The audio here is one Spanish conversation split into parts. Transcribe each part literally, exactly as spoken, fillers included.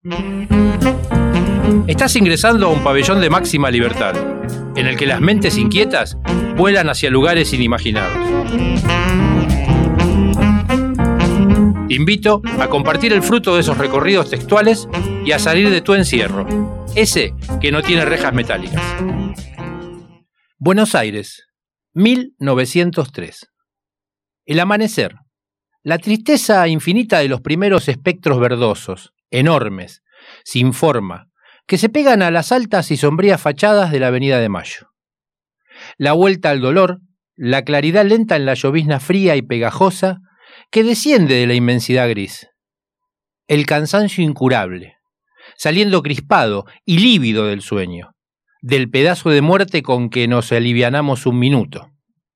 Estás ingresando a un pabellón de máxima libertad, en el que las mentes inquietas vuelan hacia lugares inimaginados. Te invito a compartir el fruto de esos recorridos textuales y a salir de tu encierro, ese que no tiene rejas metálicas. Buenos Aires, mil novecientos tres. El amanecer. La tristeza infinita de los primeros espectros verdosos, enormes, sin forma, que se pegan a las altas y sombrías fachadas de la Avenida de Mayo. La vuelta al dolor, la claridad lenta en la llovizna fría y pegajosa que desciende de la inmensidad gris. El cansancio incurable, saliendo crispado y lívido del sueño, del pedazo de muerte con que nos alivianamos un minuto.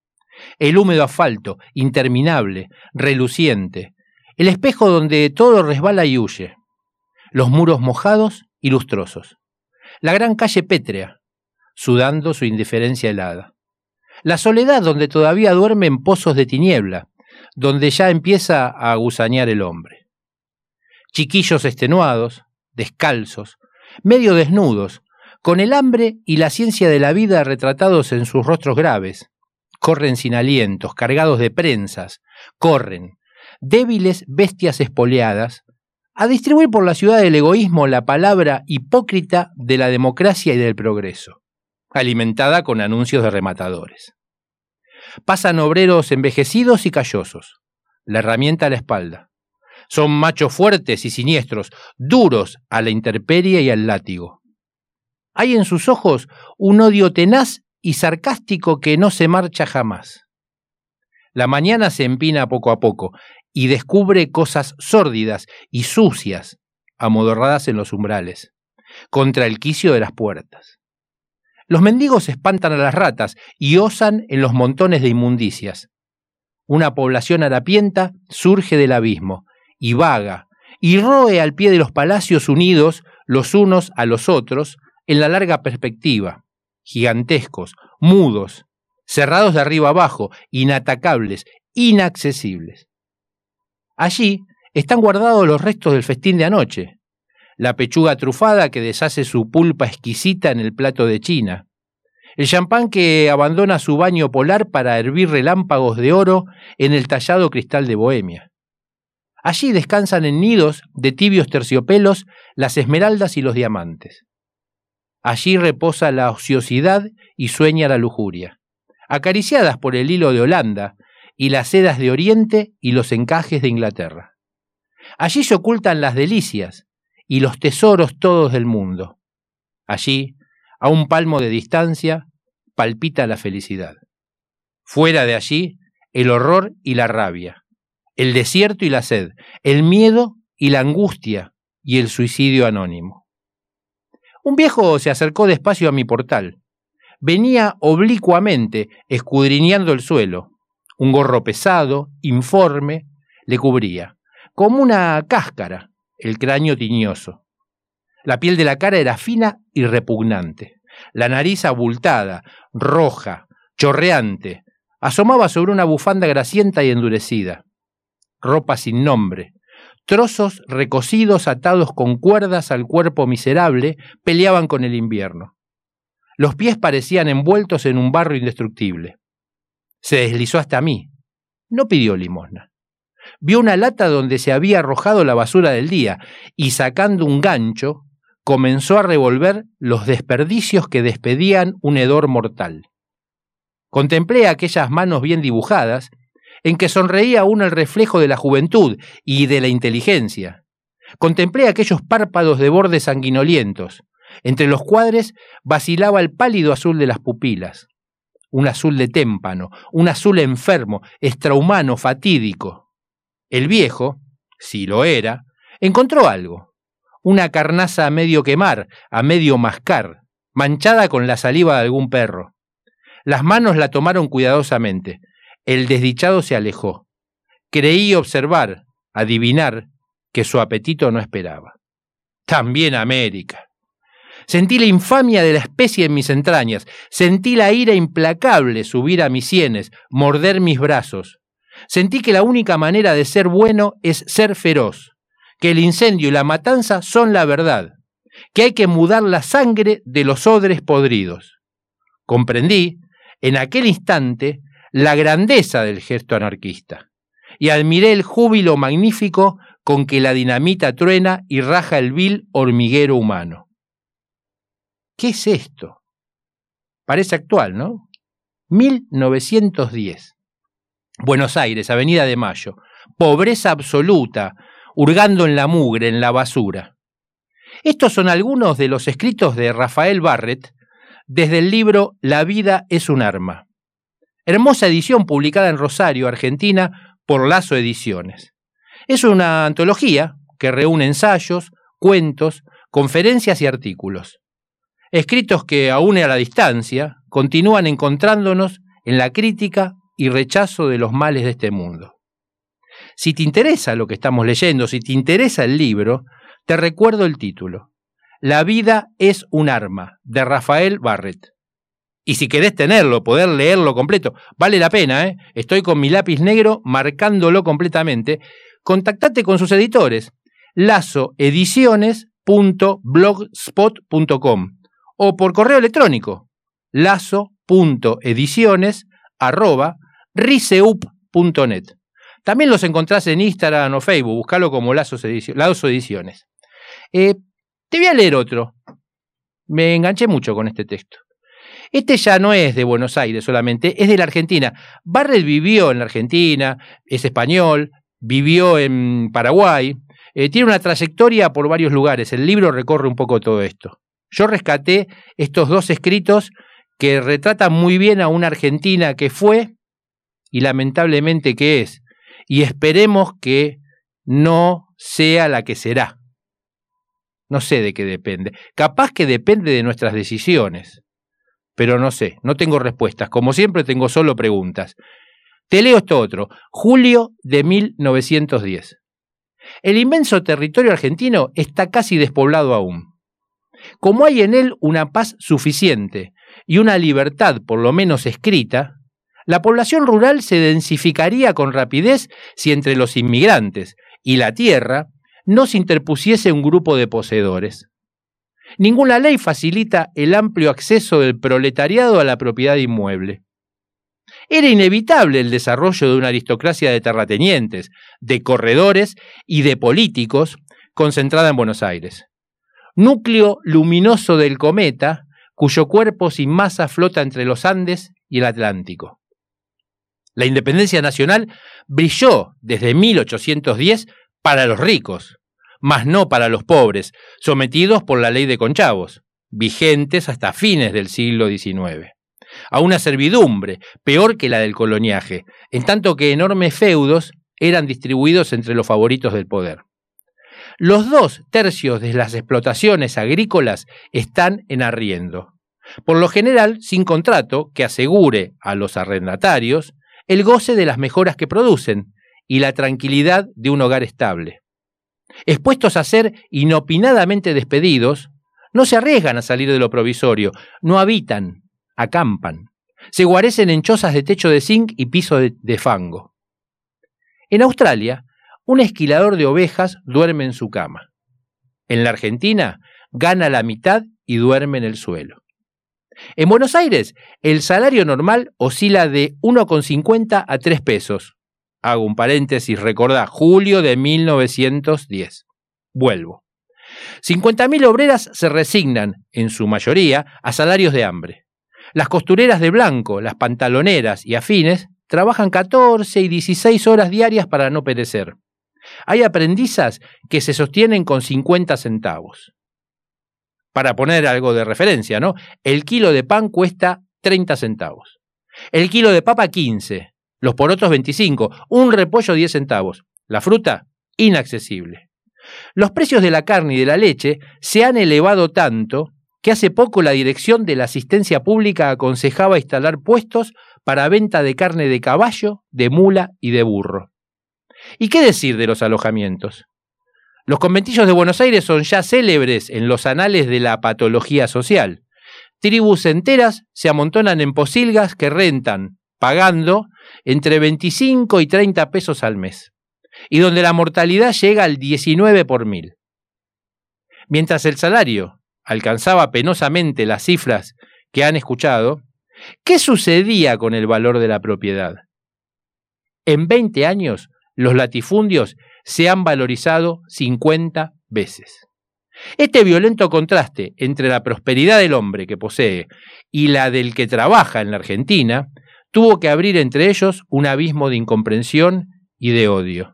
El húmedo asfalto, interminable, reluciente, el espejo donde todo resbala y huye, los muros mojados y lustrosos, la gran calle pétrea, sudando su indiferencia helada, la soledad donde todavía duermen pozos de tiniebla, donde ya empieza a gusañar el hombre. Chiquillos extenuados, descalzos, medio desnudos, con el hambre y la ciencia de la vida retratados en sus rostros graves, corren sin alientos, cargados de prensas, corren, débiles bestias espoleadas, a distribuir por la ciudad del egoísmo la palabra hipócrita de la democracia y del progreso, alimentada con anuncios de rematadores. Pasan obreros envejecidos y callosos, la herramienta a la espalda. Son machos fuertes y siniestros, duros a la intemperie y al látigo. Hay en sus ojos un odio tenaz y sarcástico que no se marcha jamás. La mañana se empina poco a poco y descubre cosas sórdidas y sucias, amodorradas en los umbrales, contra el quicio de las puertas. Los mendigos espantan a las ratas y osan en los montones de inmundicias. Una población harapienta surge del abismo y vaga y roe al pie de los palacios unidos los unos a los otros en la larga perspectiva, gigantescos, mudos, cerrados de arriba abajo, inatacables, inaccesibles. Allí están guardados los restos del festín de anoche, la pechuga trufada que deshace su pulpa exquisita en el plato de China, el champán que abandona su baño polar para hervir relámpagos de oro en el tallado cristal de Bohemia. Allí descansan en nidos de tibios terciopelos las esmeraldas y los diamantes. Allí reposa la ociosidad y sueña la lujuria, acariciadas por el hilo de Holanda y las sedas de Oriente y los encajes de Inglaterra. Allí se ocultan las delicias y los tesoros todos del mundo. Allí, a un palmo de distancia, palpita la felicidad. Fuera de allí, el horror y la rabia, el desierto y la sed, el miedo y la angustia y el suicidio anónimo. Un viejo se acercó despacio a mi portal. Venía oblicuamente escudriñando el suelo. Un gorro pesado, informe, le cubría, como una cáscara, el cráneo tiñoso. La piel de la cara era fina y repugnante. La nariz abultada, roja, chorreante, asomaba sobre una bufanda grasienta y endurecida. Ropa sin nombre, trozos recocidos atados con cuerdas al cuerpo miserable, peleaban con el invierno. Los pies parecían envueltos en un barro indestructible. Se deslizó hasta mí. No pidió limosna. Vio una lata donde se había arrojado la basura del día y, sacando un gancho, comenzó a revolver los desperdicios que despedían un hedor mortal. Contemplé aquellas manos bien dibujadas, en que sonreía aún el reflejo de la juventud y de la inteligencia. Contemplé aquellos párpados de bordes sanguinolientos. Entre los cuadres vacilaba el pálido azul de las pupilas. Un azul de témpano, un azul enfermo, extrahumano, fatídico. El viejo, si lo era, encontró algo. Una carnaza a medio quemar, a medio mascar, manchada con la saliva de algún perro. Las manos la tomaron cuidadosamente. El desdichado se alejó. Creí observar, adivinar, que su apetito no esperaba. También América. Sentí la infamia de la especie en mis entrañas, sentí la ira implacable subir a mis sienes, morder mis brazos. Sentí que la única manera de ser bueno es ser feroz, que el incendio y la matanza son la verdad, que hay que mudar la sangre de los odres podridos. Comprendí, en aquel instante, la grandeza del gesto anarquista, y admiré el júbilo magnífico con que la dinamita truena y raja el vil hormiguero humano. ¿Qué es esto? Parece actual, ¿no? mil novecientos diez. Buenos Aires, Avenida de Mayo. Pobreza absoluta, hurgando en la mugre, en la basura. Estos son algunos de los escritos de Rafael Barrett desde el libro La vida es un arma. Hermosa edición publicada en Rosario, Argentina, por Lazo Ediciones. Es una antología que reúne ensayos, cuentos, conferencias y artículos. Escritos que, aún a la distancia, continúan encontrándonos en la crítica y rechazo de los males de este mundo. Si te interesa lo que estamos leyendo, si te interesa el libro, te recuerdo el título. La vida es un arma, de Rafael Barrett. Y si querés tenerlo, poder leerlo completo, vale la pena, ¿eh? Estoy con mi lápiz negro marcándolo completamente. Contactate con sus editores, lazo ediciones punto blogspot punto com o por correo electrónico, lazo punto ediciones arroba riseup punto net. También los encontrás en Instagram o Facebook, buscalo como Lazo Ediciones. Eh, te voy a leer otro. Me enganché mucho con este texto. Este ya no es de Buenos Aires solamente, es de la Argentina. Barrett vivió en la Argentina, es español, vivió en Paraguay, eh, tiene una trayectoria por varios lugares. El libro recorre un poco todo esto. Yo rescaté estos dos escritos que retratan muy bien a una Argentina que fue y lamentablemente que es. Y esperemos que no sea la que será. No sé de qué depende. Capaz que depende de nuestras decisiones. Pero no sé, no tengo respuestas. Como siempre tengo solo preguntas. Te leo esto otro. Julio de mil novecientos diez. El inmenso territorio argentino está casi despoblado aún. Como hay en él una paz suficiente y una libertad por lo menos escrita, la población rural se densificaría con rapidez si entre los inmigrantes y la tierra no se interpusiese un grupo de poseedores. Ninguna ley facilita el amplio acceso del proletariado a la propiedad inmueble. Era inevitable el desarrollo de una aristocracia de terratenientes, de corredores y de políticos concentrada en Buenos Aires. Núcleo luminoso del cometa, cuyo cuerpo sin masa flota entre los Andes y el Atlántico. La independencia nacional brilló desde mil ochocientos diez para los ricos, mas no para los pobres, sometidos por la ley de conchavos, vigentes hasta fines del siglo diecinueve. A una servidumbre, peor que la del coloniaje, en tanto que enormes feudos eran distribuidos entre los favoritos del poder. Los dos tercios de las explotaciones agrícolas están en arriendo, por lo general sin contrato que asegure a los arrendatarios el goce de las mejoras que producen y la tranquilidad de un hogar estable. Expuestos a ser inopinadamente despedidos, no se arriesgan a salir de lo provisorio, no habitan, acampan, se guarecen en chozas de techo de zinc y piso de, de fango. En Australia, un esquilador de ovejas duerme en su cama. En la Argentina, gana la mitad y duerme en el suelo. En Buenos Aires, el salario normal oscila de uno con cincuenta a tres pesos. Hago un paréntesis, recordá, julio de mil novecientos diez. Vuelvo. cincuenta mil obreras se resignan, en su mayoría, a salarios de hambre. Las costureras de blanco, las pantaloneras y afines trabajan catorce y dieciséis horas diarias para no perecer. Hay aprendizas que se sostienen con cincuenta centavos. Para poner algo de referencia, ¿no? El kilo de pan cuesta treinta centavos. El kilo de papa quince. Los porotos veinticinco. Un repollo diez centavos. La fruta inaccesible. Los precios de la carne y de la leche se han elevado tanto que hace poco la Dirección de la Asistencia Pública aconsejaba instalar puestos para venta de carne de caballo, de mula y de burro. ¿Y qué decir de los alojamientos? Los conventillos de Buenos Aires son ya célebres en los anales de la patología social. Tribus enteras se amontonan en posilgas que rentan, pagando, entre veinticinco y treinta pesos al mes. y donde la mortalidad llega al diecinueve por mil. Mientras el salario alcanzaba penosamente las cifras que han escuchado, ¿qué sucedía con el valor de la propiedad? En veinte años, los latifundios se han valorizado cincuenta veces. Este violento contraste entre la prosperidad del hombre que posee y la del que trabaja en la Argentina tuvo que abrir entre ellos un abismo de incomprensión y de odio.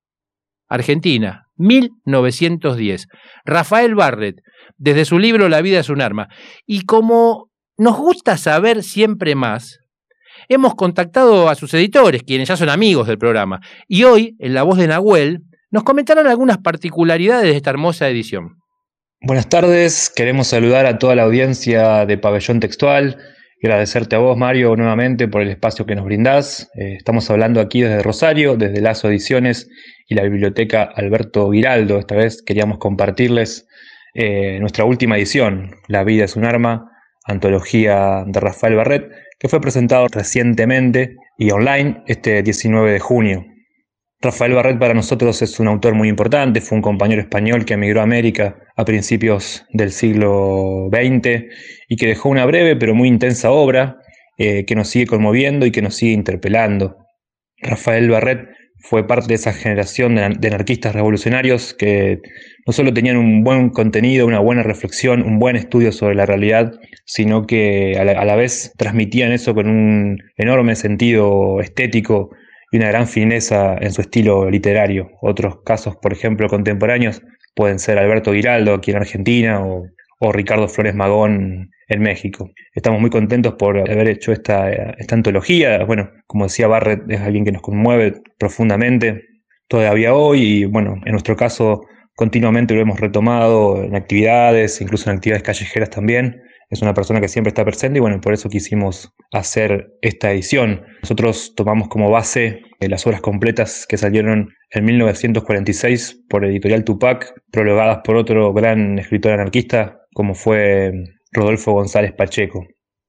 Argentina, mil novecientos diez. Rafael Barrett, desde su libro La vida es un arma. Y como nos gusta saber siempre más, hemos contactado a sus editores, quienes ya son amigos del programa, y hoy, en la voz de Nahuel, nos comentarán algunas particularidades de esta hermosa edición. Buenas tardes, queremos saludar a toda la audiencia de Pabellón Textual, agradecerte a vos, Mario, nuevamente por el espacio que nos brindás. Eh, estamos hablando aquí desde Rosario, desde Lazo Ediciones y la Biblioteca Alberto Giraldo. Esta vez queríamos compartirles eh, nuestra última edición, La vida es un arma, antología de Rafael Barrett, que fue presentado recientemente y online este diecinueve de junio. Rafael Barrett para nosotros es un autor muy importante, fue un compañero español que emigró a América a principios del siglo veinte y que dejó una breve pero muy intensa obra eh, que nos sigue conmoviendo y que nos sigue interpelando. Rafael Barrett fue parte de esa generación de, de anarquistas revolucionarios que no solo tenían un buen contenido, una buena reflexión, un buen estudio sobre la realidad, sino que a la, a la vez transmitían eso con un enorme sentido estético y una gran fineza en su estilo literario. Otros casos, por ejemplo, contemporáneos, pueden ser Alberto Giraldo aquí en Argentina o, o Ricardo Flores Magón en México. Estamos muy contentos por haber hecho esta, esta antología. Bueno, como decía Barrett, es alguien que nos conmueve profundamente todavía hoy y, bueno, en nuestro caso continuamente lo hemos retomado en actividades, incluso en actividades callejeras también. Es una persona que siempre está presente y bueno, por eso quisimos hacer esta edición. Nosotros tomamos como base las obras completas que salieron en mil novecientos cuarenta y seis por Editorial Tupac, prologadas por otro gran escritor anarquista como fue Rodolfo González Pacheco.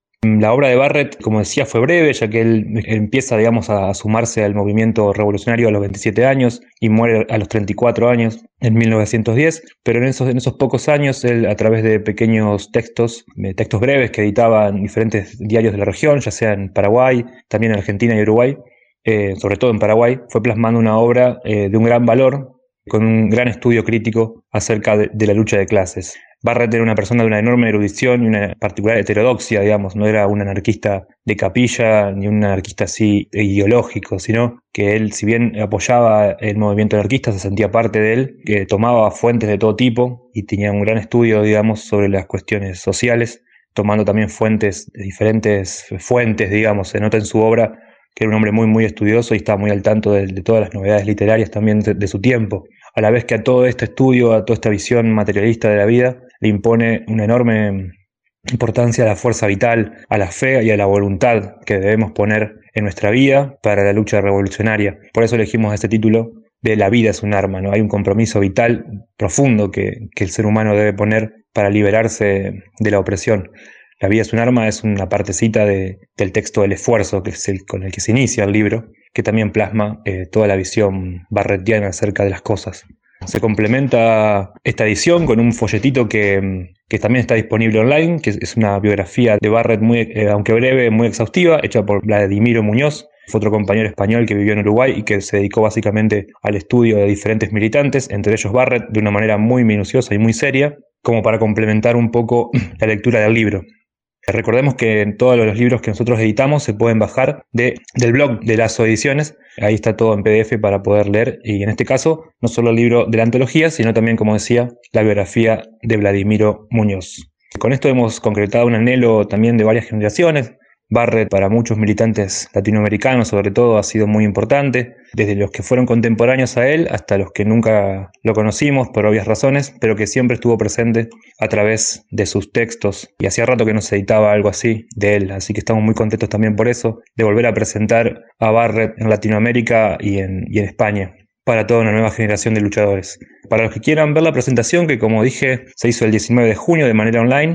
La obra de Barrett, como decía, fue breve, ya que él empieza, digamos, a sumarse al movimiento revolucionario a los veintisiete años y muere a los treinta y cuatro años, en mil novecientos diez, pero en esos, en esos pocos años, él, a través de pequeños textos, textos breves que editaba en diferentes diarios de la región, ya sea en Paraguay, también en Argentina y Uruguay, eh, sobre todo en Paraguay, fue plasmando una obra eh, de un gran valor, con un gran estudio crítico acerca de, de la lucha de clases. Barrett era una persona de una enorme erudición y una particular heterodoxia, digamos, no era un anarquista de capilla ni un anarquista así ideológico, sino que él, si bien apoyaba el movimiento anarquista, se sentía parte de él, que tomaba fuentes de todo tipo y tenía un gran estudio, digamos, sobre las cuestiones sociales, tomando también fuentes de diferentes fuentes, digamos. Se nota en su obra que era un hombre muy, muy estudioso y estaba muy al tanto de, de todas las novedades literarias también de, de su tiempo. A la vez que a todo este estudio, a toda esta visión materialista de la vida, le impone una enorme importancia a la fuerza vital, a la fe y a la voluntad que debemos poner en nuestra vida para la lucha revolucionaria. Por eso elegimos este título de La vida es un arma, ¿no? Hay un compromiso vital profundo que, que el ser humano debe poner para liberarse de la opresión. La vida es un arma es una partecita de, del texto del esfuerzo, que es el con el que se inicia el libro, que también plasma eh, toda la visión barrettiana acerca de las cosas. Se complementa esta edición con un folletito que, que también está disponible online, que es una biografía de Barrett, muy, eh, aunque breve, muy exhaustiva, hecha por Vladimiro Muñoz, fue otro compañero español que vivió en Uruguay y que se dedicó básicamente al estudio de diferentes militantes, entre ellos Barrett, de una manera muy minuciosa y muy seria, como para complementar un poco la lectura del libro. Recordemos que en todos los libros que nosotros editamos se pueden bajar de, del blog de Lazo Ediciones. Ahí está todo en P D F para poder leer. Y en este caso, no solo el libro de la antología, sino también, como decía, la biografía de Vladimiro Muñoz. Con esto hemos concretado un anhelo también de varias generaciones. Barrett, para muchos militantes latinoamericanos sobre todo, ha sido muy importante, desde los que fueron contemporáneos a él hasta los que nunca lo conocimos por obvias razones, pero que siempre estuvo presente a través de sus textos, y hacía rato que no se editaba algo así de él, así que estamos muy contentos también por eso, de volver a presentar a Barrett en Latinoamérica y en, y en España, para toda una nueva generación de luchadores. Para los que quieran ver la presentación, que como dije, se hizo el diecinueve de junio de manera online,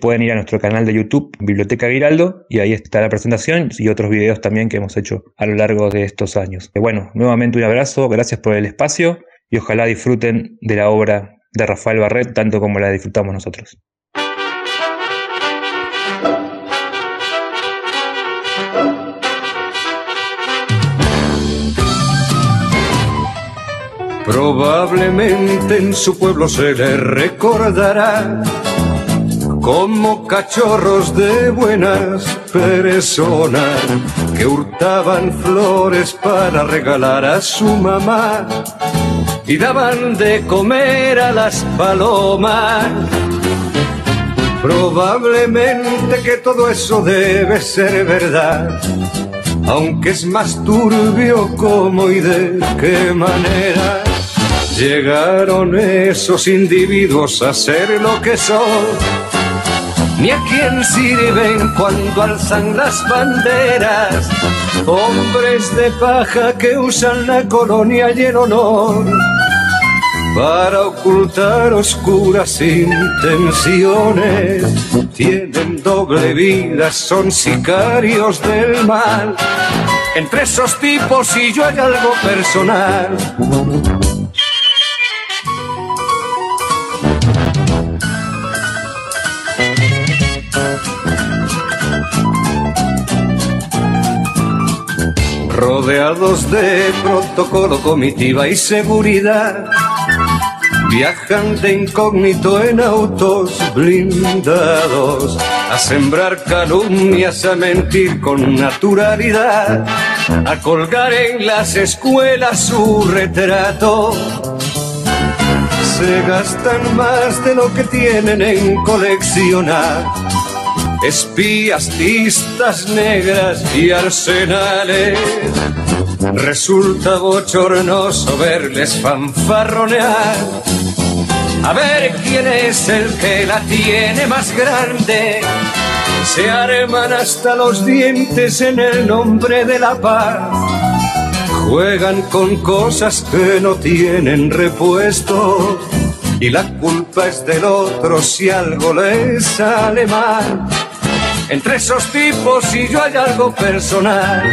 pueden ir a nuestro canal de YouTube, Biblioteca Giraldo, y ahí está la presentación y otros videos también que hemos hecho a lo largo de estos años. Bueno, nuevamente un abrazo, gracias por el espacio y ojalá disfruten de la obra de Rafael Barret tanto como la disfrutamos nosotros. Probablemente en su pueblo se le recordará como cachorros de buenas personas que hurtaban flores para regalar a su mamá y daban de comer a las palomas. Probablemente que todo eso debe ser verdad, aunque es más turbio cómo y de qué manera llegaron esos individuos a ser lo que son, ni a quién sirven cuando alzan las banderas, hombres de paja que usan la colonia y el honor para ocultar oscuras intenciones. Tienen doble vida, son sicarios del mal. Entre esos tipos y yo hay algo personal. Rodeados de protocolo, comitiva y seguridad, viajan de incógnito en autos blindados, a sembrar calumnias, a mentir con naturalidad, a colgar en las escuelas su retrato. Se gastan más de lo que tienen en coleccionar espías, listas negras y arsenales. Resulta bochornoso verles fanfarronear, a ver quién es el que la tiene más grande. Se arman hasta los dientes en el nombre de la paz, juegan con cosas que no tienen repuesto, y la culpa es del otro si algo les sale mal. Entre esos tipos y yo hay algo personal.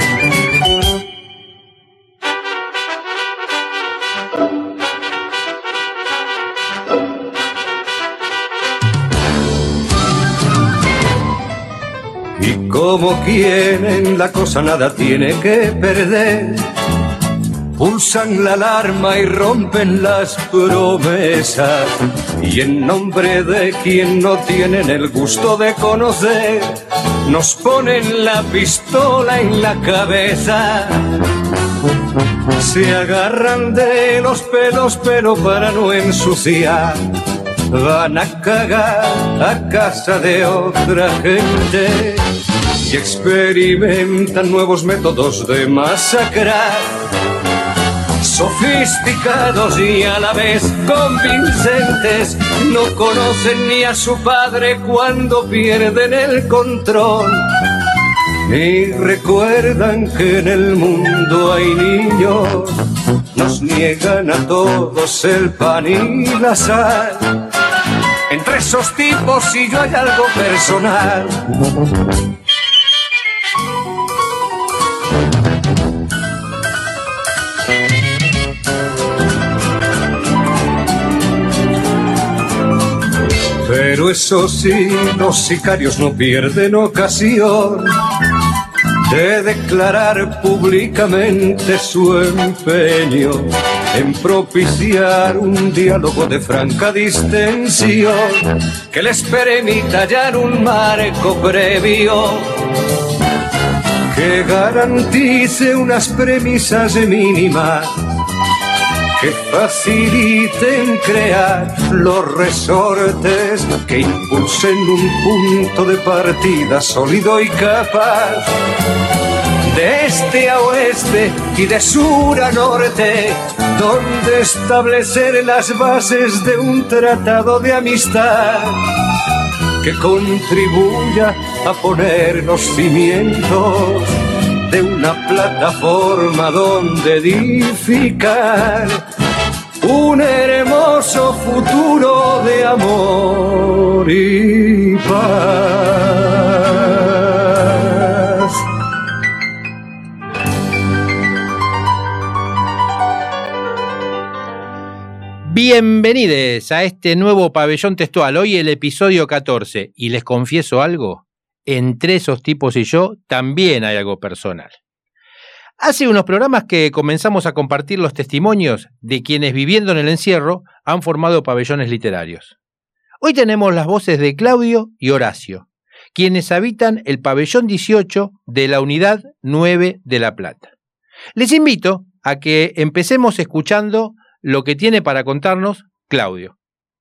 Y como quieren la cosa nada tiene que perder, pulsan la alarma y rompen las promesas, y en nombre de quien no tienen el gusto de conocer, nos ponen la pistola en la cabeza. Se agarran de los pelos pero para no ensuciar, van a cagar a casa de otra gente y experimentan nuevos métodos de masacrar, sofisticados y a la vez convincentes. No conocen ni a su padre cuando pierden el control, ni recuerdan que en el mundo hay niños. Nos niegan a todos el pan y la sal. Entre esos tipos y yo hay algo personal. Pero eso sí, los sicarios no pierden ocasión de declarar públicamente su empeño en propiciar un diálogo de franca distensión que les permita hallar un marco previo que garantice unas premisas mínimas que faciliten crear los resortes que impulsen un punto de partida sólido y capaz de este a oeste y de sur a norte, donde establecer las bases de un tratado de amistad que contribuya a poner los cimientos de una plataforma donde edificar un hermoso futuro de amor y paz. Bienvenidos a este nuevo Pabellón Textual, hoy el episodio catorce, y les confieso algo, entre esos tipos y yo también hay algo personal. Hace unos programas que comenzamos a compartir los testimonios de quienes viviendo en el encierro han formado pabellones literarios. Hoy tenemos las voces de Claudio y Horacio, quienes habitan el pabellón dieciocho de la unidad nueve de La Plata. Les invito a que empecemos escuchando lo que tiene para contarnos Claudio.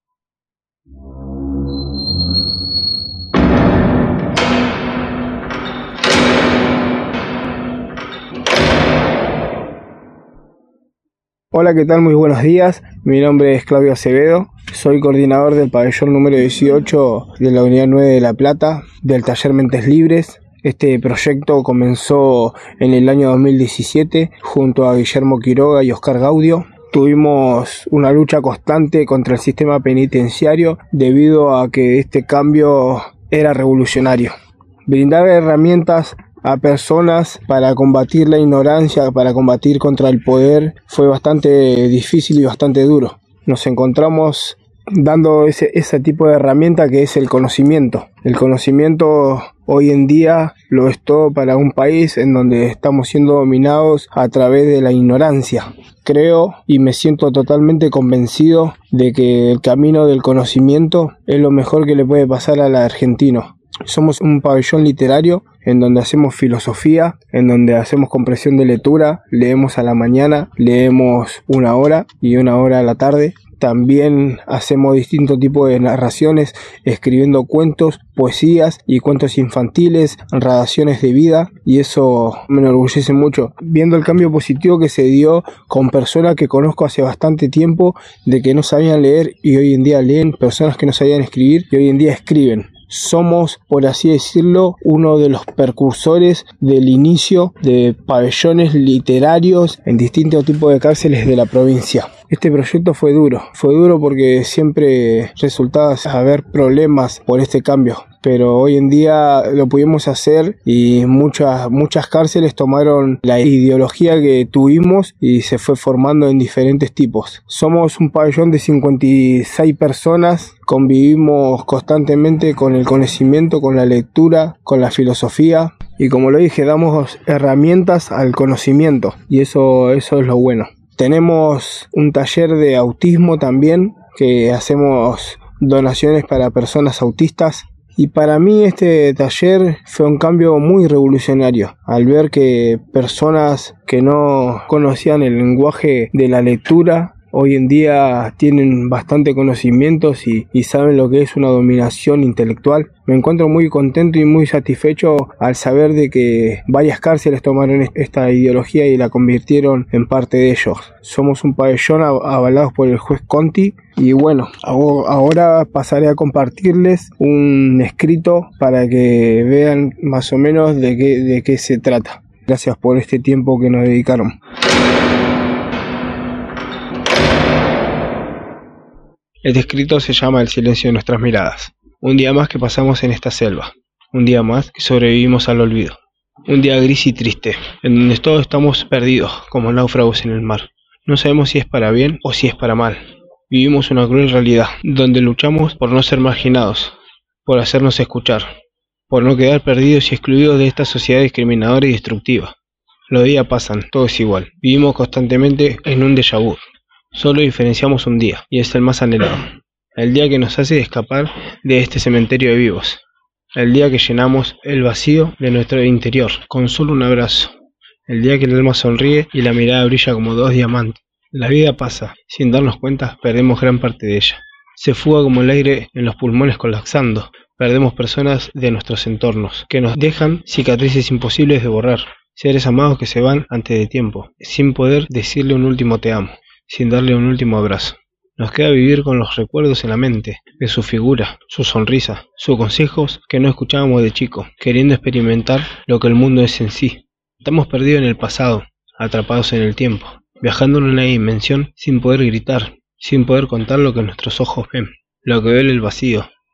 Hola, ¿qué tal? Muy buenos días. Mi nombre es Claudio Acevedo. Soy coordinador del pabellón número dieciocho de la unidad nueve de La Plata, del taller Mentes Libres. Este proyecto comenzó en el año dos mil diecisiete junto a Guillermo Quiroga y Oscar Gaudio. Tuvimos una lucha constante contra el sistema penitenciario debido a que este cambio era revolucionario. Brindar herramientas a personas para combatir la ignorancia, para combatir contra el poder, fue bastante difícil y bastante duro. Nos encontramos dando ese, ese tipo de herramienta que es el conocimiento. El conocimiento hoy en día lo es todo para un país en donde estamos siendo dominados a través de la ignorancia. Creo y me siento totalmente convencido de que el camino del conocimiento es lo mejor que le puede pasar al argentino. Somos un pabellón literario en donde hacemos filosofía, en donde hacemos comprensión de lectura, leemos a la mañana, leemos una hora y una hora a la tarde. También hacemos distintos tipos de narraciones, escribiendo cuentos, poesías y cuentos infantiles, redacciones de vida, y eso me enorgullece mucho. Viendo el cambio positivo que se dio con personas que conozco hace bastante tiempo, de que no sabían leer y hoy en día leen, personas que no sabían escribir y hoy en día escriben. Somos, por así decirlo, uno de los precursores del inicio de pabellones literarios en distintos tipos de cárceles de la provincia. Este proyecto fue duro, fue duro porque siempre resultaba haber problemas por este cambio, pero hoy en día lo pudimos hacer y muchas, muchas cárceles tomaron la ideología que tuvimos y se fue formando en diferentes tipos. Somos un pabellón de cincuenta y seis personas, convivimos constantemente con el conocimiento, con la lectura, con la filosofía y, como lo dije, damos herramientas al conocimiento y eso, eso es lo bueno. Tenemos un taller de autismo también, que hacemos donaciones para personas autistas. Y para mí este taller fue un cambio muy revolucionario, al ver que personas que no conocían el lenguaje de la lectura hoy en día tienen bastante conocimientos y, y saben lo que es una dominación intelectual. Me encuentro muy contento y muy satisfecho al saber de que varias cárceles tomaron esta ideología y la convirtieron en parte de ellos. Somos un pabellón avalados por el juez Conti y bueno, ahora pasaré a compartirles un escrito para que vean más o menos de qué, de qué se trata. Gracias por este tiempo que nos dedicaron. Este escrito se llama El silencio de nuestras miradas. Un día más que pasamos en esta selva. Un día más que sobrevivimos al olvido. Un día gris y triste, en donde todos estamos perdidos, como náufragos en el mar. No sabemos si es para bien o si es para mal. Vivimos una cruel realidad, donde luchamos por no ser marginados, por hacernos escuchar, por no quedar perdidos y excluidos de esta sociedad discriminadora y destructiva. Los días pasan, todo es igual. Vivimos constantemente en un déjà vu. Solo diferenciamos un día, y es el más anhelado. El día que nos hace escapar de este cementerio de vivos. El día que llenamos el vacío de nuestro interior, con solo un abrazo. El día que el alma sonríe y la mirada brilla como dos diamantes. La vida pasa, sin darnos cuenta, perdemos gran parte de ella. Se fuga como el aire en los pulmones colapsando. Perdemos personas de nuestros entornos, que nos dejan cicatrices imposibles de borrar. Seres amados que se van antes de tiempo, sin poder decirle un último te amo. Sin darle un último abrazo. Nos queda vivir con los recuerdos en la mente, de su figura, su sonrisa, sus consejos que no escuchábamos de chico, queriendo experimentar lo que el mundo es en sí. Estamos perdidos en el pasado, atrapados en el tiempo, viajando en una dimensión sin poder gritar, sin poder contar lo que nuestros ojos ven, lo que duele el vacío,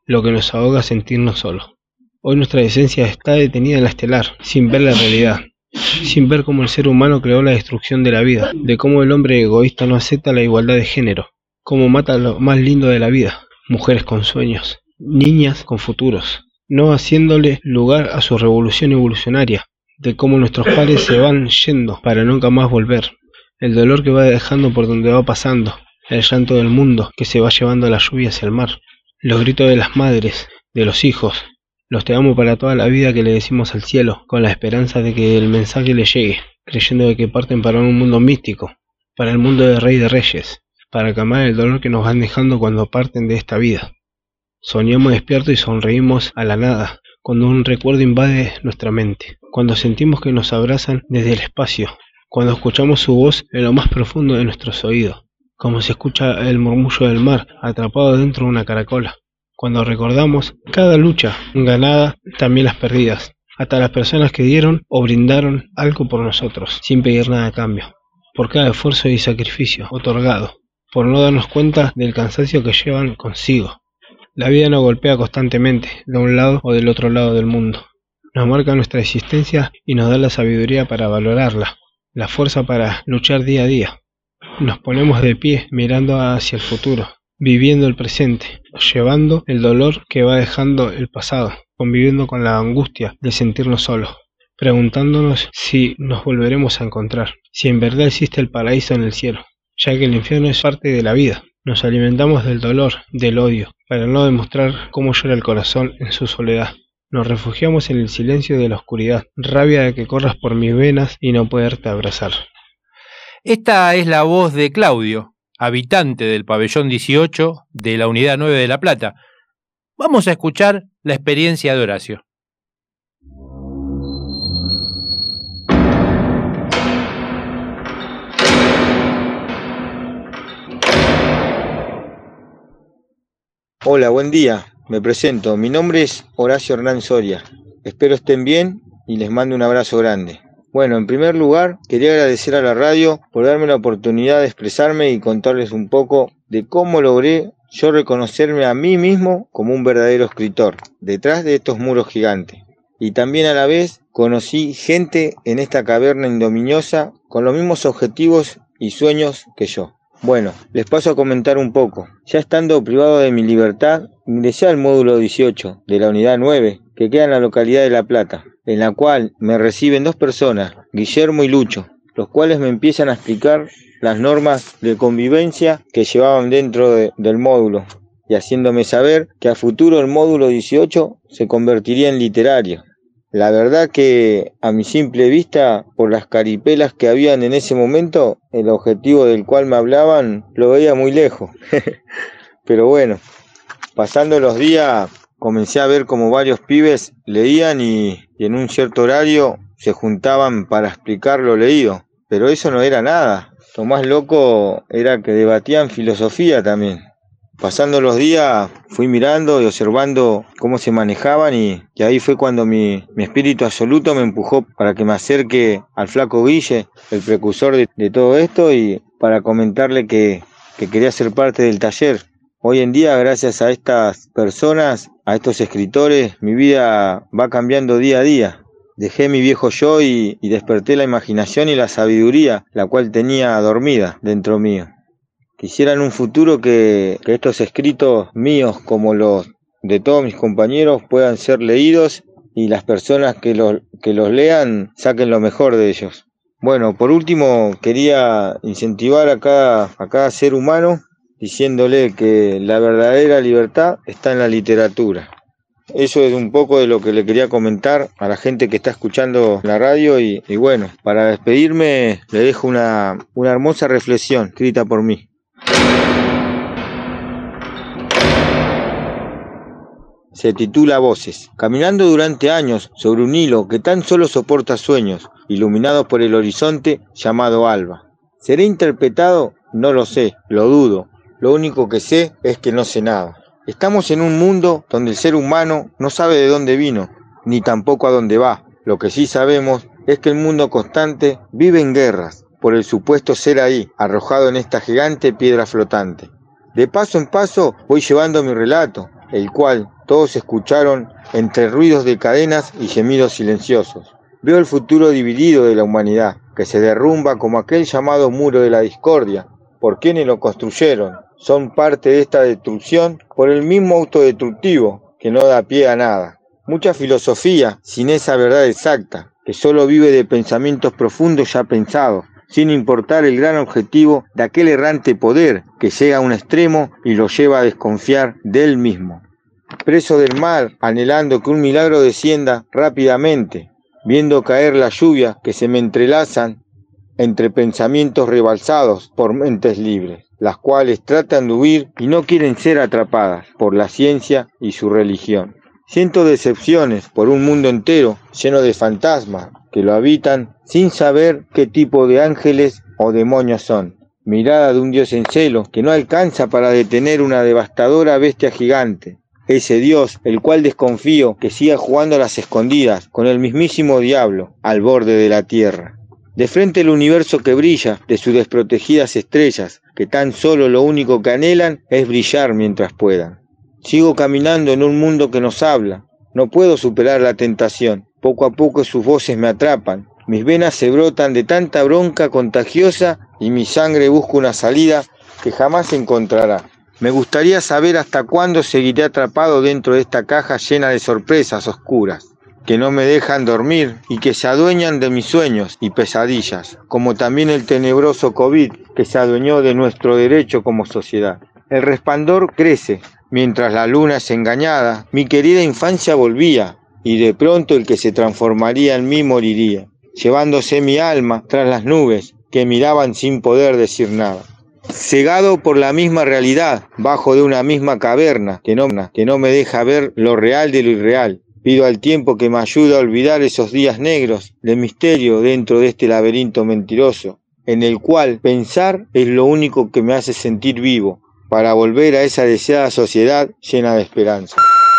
lo que nos ahoga a sentirnos solos. Hoy nuestra esencia está detenida en la estelar, sin ver la realidad, sin ver cómo el ser humano creó la destrucción de la vida, de cómo el hombre egoísta no acepta la igualdad de género, cómo mata lo más lindo de la vida, mujeres con sueños, niñas con futuros, no haciéndole lugar a su revolución evolucionaria, de cómo nuestros padres se van yendo para nunca más volver, el dolor que va dejando por donde va pasando, el llanto del mundo que se va llevando la lluvia hacia el mar, los gritos de las madres, de los hijos, los te amo para toda la vida que le decimos al cielo, con la esperanza de que el mensaje le llegue, creyendo de que parten para un mundo místico, para el mundo de Rey de Reyes, para calmar el dolor que nos van dejando cuando parten de esta vida. Soñamos despiertos y sonreímos a la nada, cuando un recuerdo invade nuestra mente, cuando sentimos que nos abrazan desde el espacio, cuando escuchamos su voz en lo más profundo de nuestros oídos, como se escucha el murmullo del mar atrapado dentro de una caracola. Cuando recordamos cada lucha ganada, también las perdidas, hasta las personas que dieron o brindaron algo por nosotros, sin pedir nada a cambio, por cada esfuerzo y sacrificio otorgado, por no darnos cuenta del cansancio que llevan consigo. La vida nos golpea constantemente, de un lado o del otro lado del mundo. Nos marca nuestra existencia y nos da la sabiduría para valorarla, la fuerza para luchar día a día. Nos ponemos de pie mirando hacia el futuro, viviendo el presente, llevando el dolor que va dejando el pasado, conviviendo con la angustia de sentirnos solos, preguntándonos si nos volveremos a encontrar, si en verdad existe el paraíso en el cielo, ya que el infierno es parte de la vida. Nos alimentamos del dolor, del odio, para no demostrar cómo llora el corazón en su soledad. Nos refugiamos en el silencio de la oscuridad, rabia de que corras por mis venas y no poderte abrazar. Esta es la voz de Claudio, habitante del pabellón dieciocho de la unidad nueve de La Plata. Vamos a escuchar la experiencia de Horacio. Hola, buen día. Me presento. Mi nombre es Horacio Hernán Soria. Espero estén bien y les mando un abrazo grande. Bueno, en primer lugar, quería agradecer a la radio por darme la oportunidad de expresarme y contarles un poco de cómo logré yo reconocerme a mí mismo como un verdadero escritor, detrás de estos muros gigantes. Y también a la vez conocí gente en esta caverna indominiosa con los mismos objetivos y sueños que yo. Bueno, les paso a comentar un poco. Ya estando privado de mi libertad, ingresé al módulo dieciocho de la unidad nueve, que queda en la localidad de La Plata, en la cual me reciben dos personas, Guillermo y Lucho, los cuales me empiezan a explicar las normas de convivencia que llevaban dentro de, del módulo, y haciéndome saber que a futuro el módulo dieciocho se convertiría en literario. La verdad que a mi simple vista, por las caripelas que habían en ese momento, el objetivo del cual me hablaban lo veía muy lejos. Pero bueno, pasando los días comencé a ver como varios pibes leían y, y en un cierto horario se juntaban para explicar lo leído. Pero eso no era nada. Lo más loco era que debatían filosofía también. Pasando los días fui mirando y observando cómo se manejaban y, y ahí fue cuando mi, mi espíritu absoluto me empujó para que me acerque al flaco Guille, el precursor de, de todo esto, y para comentarle que, que quería ser parte del taller. Hoy en día, gracias a estas personas, a estos escritores, mi vida va cambiando día a día. Dejé mi viejo yo y, y desperté la imaginación y la sabiduría, la cual tenía dormida dentro mío. Quisiera en un futuro que, que estos escritos míos, como los de todos mis compañeros, puedan ser leídos y las personas que los, que los lean saquen lo mejor de ellos. Bueno, por último, quería incentivar a cada, a cada ser humano diciéndole que la verdadera libertad está en la literatura. Eso es un poco de lo que le quería comentar a la gente que está escuchando la radio y, y bueno, para despedirme le dejo una, una hermosa reflexión escrita por mí. Se titula Voces. Caminando durante años sobre un hilo que tan solo soporta sueños, iluminados por el horizonte llamado alba. ¿Seré interpretado? No lo sé, lo dudo. Lo único que sé es que no sé nada. Estamos en un mundo donde el ser humano no sabe de dónde vino, ni tampoco a dónde va. Lo que sí sabemos es que el mundo constante vive en guerras, por el supuesto ser ahí, arrojado en esta gigante piedra flotante. De paso en paso voy llevando mi relato, el cual todos escucharon entre ruidos de cadenas y gemidos silenciosos. Veo el futuro dividido de la humanidad, que se derrumba como aquel llamado muro de la discordia. ¿Por quiénes lo construyeron? Son parte de esta destrucción por el mismo autodestructivo, que no da pie a nada. Mucha filosofía sin esa verdad exacta, que solo vive de pensamientos profundos ya pensados, sin importar el gran objetivo de aquel errante poder que llega a un extremo y lo lleva a desconfiar de él mismo. Preso del mal, anhelando que un milagro descienda rápidamente, viendo caer la lluvia que se me entrelazan entre pensamientos rebalsados por mentes libres, las cuales tratan de huir y no quieren ser atrapadas por la ciencia y su religión. Siento decepciones por un mundo entero lleno de fantasmas que lo habitan sin saber qué tipo de ángeles o demonios son. Mirada de un Dios en celo que no alcanza para detener una devastadora bestia gigante. Ese Dios, el cual desconfío que siga jugando a las escondidas con el mismísimo diablo al borde de la tierra. De frente el universo que brilla de sus desprotegidas estrellas, que tan solo lo único que anhelan es brillar mientras puedan. Sigo caminando en un mundo que nos habla. No puedo superar la tentación. Poco a poco sus voces me atrapan. Mis venas se brotan de tanta bronca contagiosa y mi sangre busca una salida que jamás encontrará. Me gustaría saber hasta cuándo seguiré atrapado dentro de esta caja llena de sorpresas oscuras, que no me dejan dormir y que se adueñan de mis sueños y pesadillas, como también el tenebroso COVID que se adueñó de nuestro derecho como sociedad. El resplandor crece, mientras la luna es engañada, mi querida infancia volvía, y de pronto el que se transformaría en mí moriría, llevándose mi alma tras las nubes que miraban sin poder decir nada. Cegado por la misma realidad, bajo de una misma caverna que no, que no me deja ver lo real de lo irreal. Pido al tiempo que me ayude a olvidar esos días negros de misterio dentro de este laberinto mentiroso, en el cual pensar es lo único que me hace sentir vivo, para volver a esa deseada sociedad llena de esperanza.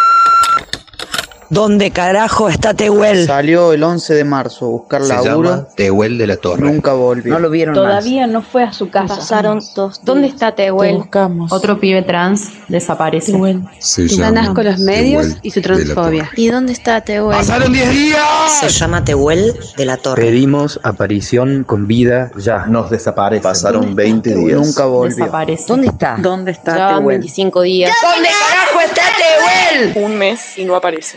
¿Dónde carajo está Tehuel? Salió el once de marzo a buscar Se laburo. llama Tehuel de la Torre. Nunca volvió. No lo vieron Todavía más. no fue a su casa. Pasaron dos días. ¿Dónde está Tehuel? Buscamos. Otro pibe trans desaparece. Tehuel. Se Tan llama asco los medios Tehuel y su de la transfobia. Torre. ¿Y dónde está Tehuel? ¡Pasaron diez días! Se llama Tehuel de la Torre. Pedimos aparición con vida ya. Nos desaparece. Pasaron veinte días. Nunca volvió. Desaparece. ¿Dónde está? ¿Dónde está Ya van Tehuel? veinticinco días. ¿Dónde carajo está Tehuel? Un mes y no aparece.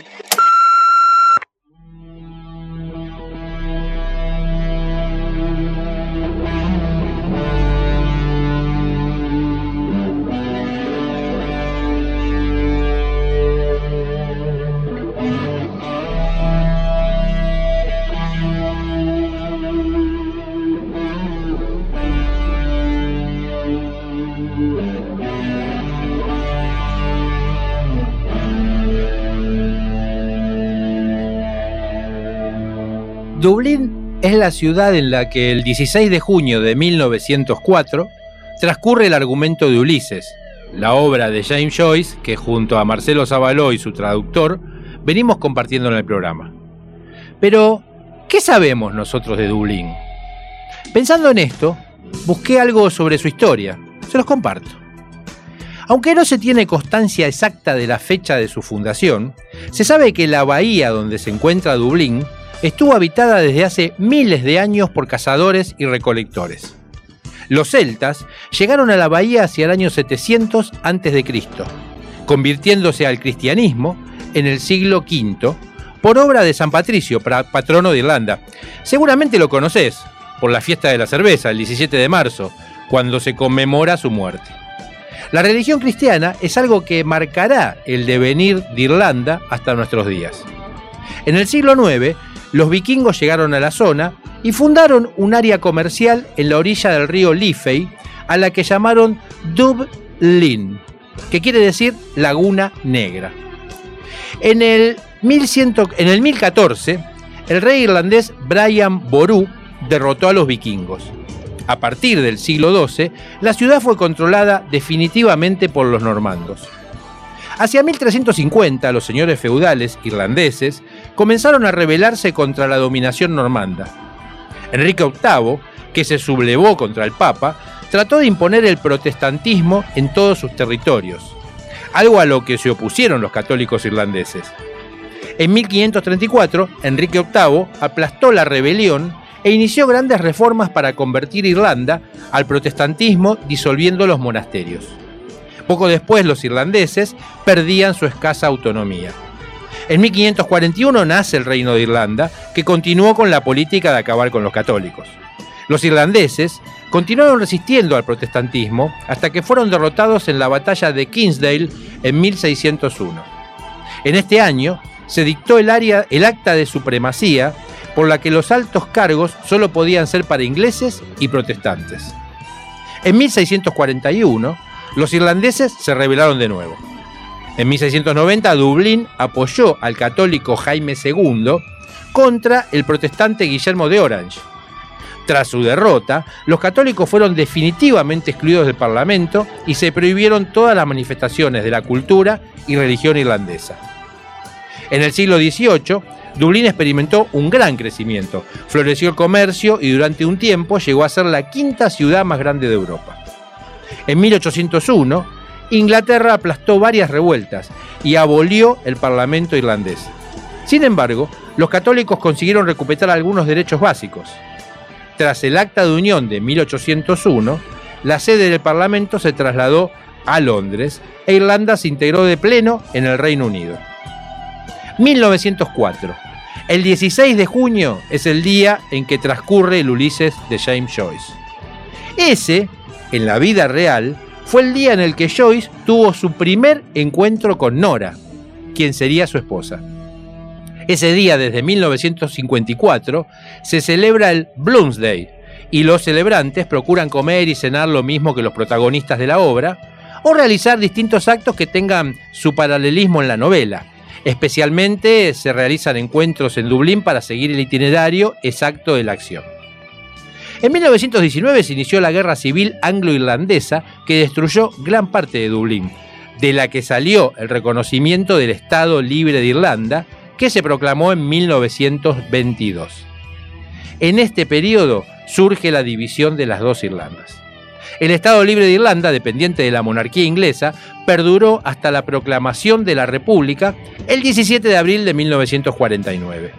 Dublín es la ciudad en la que el dieciséis de junio de mil novecientos cuatro transcurre el argumento de Ulises, la obra de James Joyce que junto a Marcelo Savaló y su traductor venimos compartiendo en el programa. Pero, ¿qué sabemos nosotros de Dublín? Pensando en esto, busqué algo sobre su historia, se los comparto. Aunque no se tiene constancia exacta de la fecha de su fundación, se sabe que la bahía donde se encuentra Dublín estuvo habitada desde hace miles de años por cazadores y recolectores. Los celtas llegaron a la bahía hacia el año setecientos antes de Cristo, convirtiéndose al cristianismo en el siglo quinto por obra de San Patricio, patrono de Irlanda. Seguramente lo conocés por la fiesta de la cerveza, el diecisiete de marzo, cuando se conmemora su muerte. La religión cristiana es algo que marcará el devenir de Irlanda hasta nuestros días. En el siglo nueve, los vikingos llegaron a la zona y fundaron un área comercial en la orilla del río Liffey, a la que llamaron Dublin, que quiere decir Laguna Negra. En el, mil cien, en el mil catorce, el rey irlandés Brian Boru derrotó a los vikingos. A partir del siglo doce, la ciudad fue controlada definitivamente por los normandos. Hacia mil trescientos cincuenta, los señores feudales irlandeses comenzaron a rebelarse contra la dominación normanda. Enrique octavo, que se sublevó contra el Papa, trató de imponer el protestantismo en todos sus territorios. algo a lo que se opusieron los católicos irlandeses. En mil quinientos treinta y cuatro, Enrique octavo aplastó la rebelión e inició grandes reformas para convertir Irlanda al protestantismo, disolviendo los monasterios. Poco después, los irlandeses perdían su escasa autonomía. En mil quinientos cuarenta y uno nace el Reino de Irlanda, que continuó con la política de acabar con los católicos. Los irlandeses continuaron resistiendo al protestantismo hasta que fueron derrotados en la batalla de Kinsale en mil seiscientos uno. En este año se dictó el, área, el acta de supremacía, por la que los altos cargos solo podían ser para ingleses y protestantes. En mil seiscientos cuarenta y uno, los irlandeses se rebelaron de nuevo. En mil seiscientos noventa, Dublín apoyó al católico Jaime segundo contra el protestante Guillermo de Orange. Tras su derrota, los católicos fueron definitivamente excluidos del Parlamento y se prohibieron todas las manifestaciones de la cultura y religión irlandesa. En el siglo dieciocho, Dublín experimentó un gran crecimiento, floreció el comercio y durante un tiempo llegó a ser la quinta ciudad más grande de Europa. En mil ochocientos uno, Inglaterra aplastó varias revueltas y abolió el Parlamento irlandés. Sin embargo, los católicos consiguieron recuperar algunos derechos básicos. Tras el Acta de Unión de mil ochocientos uno, la sede del Parlamento se trasladó a Londres e Irlanda se integró de pleno en el Reino Unido. mil novecientos cuatro. El dieciséis de junio es el día en que transcurre el Ulises de James Joyce. Ese, en la vida real, fue el día en el que Joyce tuvo su primer encuentro con Nora, quien sería su esposa. Ese día, desde mil novecientos cincuenta y cuatro, se celebra el Bloomsday y los celebrantes procuran comer y cenar lo mismo que los protagonistas de la obra o realizar distintos actos que tengan su paralelismo en la novela. Especialmente se realizan encuentros en Dublín para seguir el itinerario exacto de la acción. En mil novecientos diecinueve se inició la Guerra Civil Anglo-Irlandesa que destruyó gran parte de Dublín, de la que salió el reconocimiento del Estado Libre de Irlanda, que se proclamó en mil novecientos veintidós. En este periodo surge la división de las dos Irlandas. El Estado Libre de Irlanda, dependiente de la monarquía inglesa, perduró hasta la proclamación de la República el diecisiete de abril de mil novecientos cuarenta y nueve.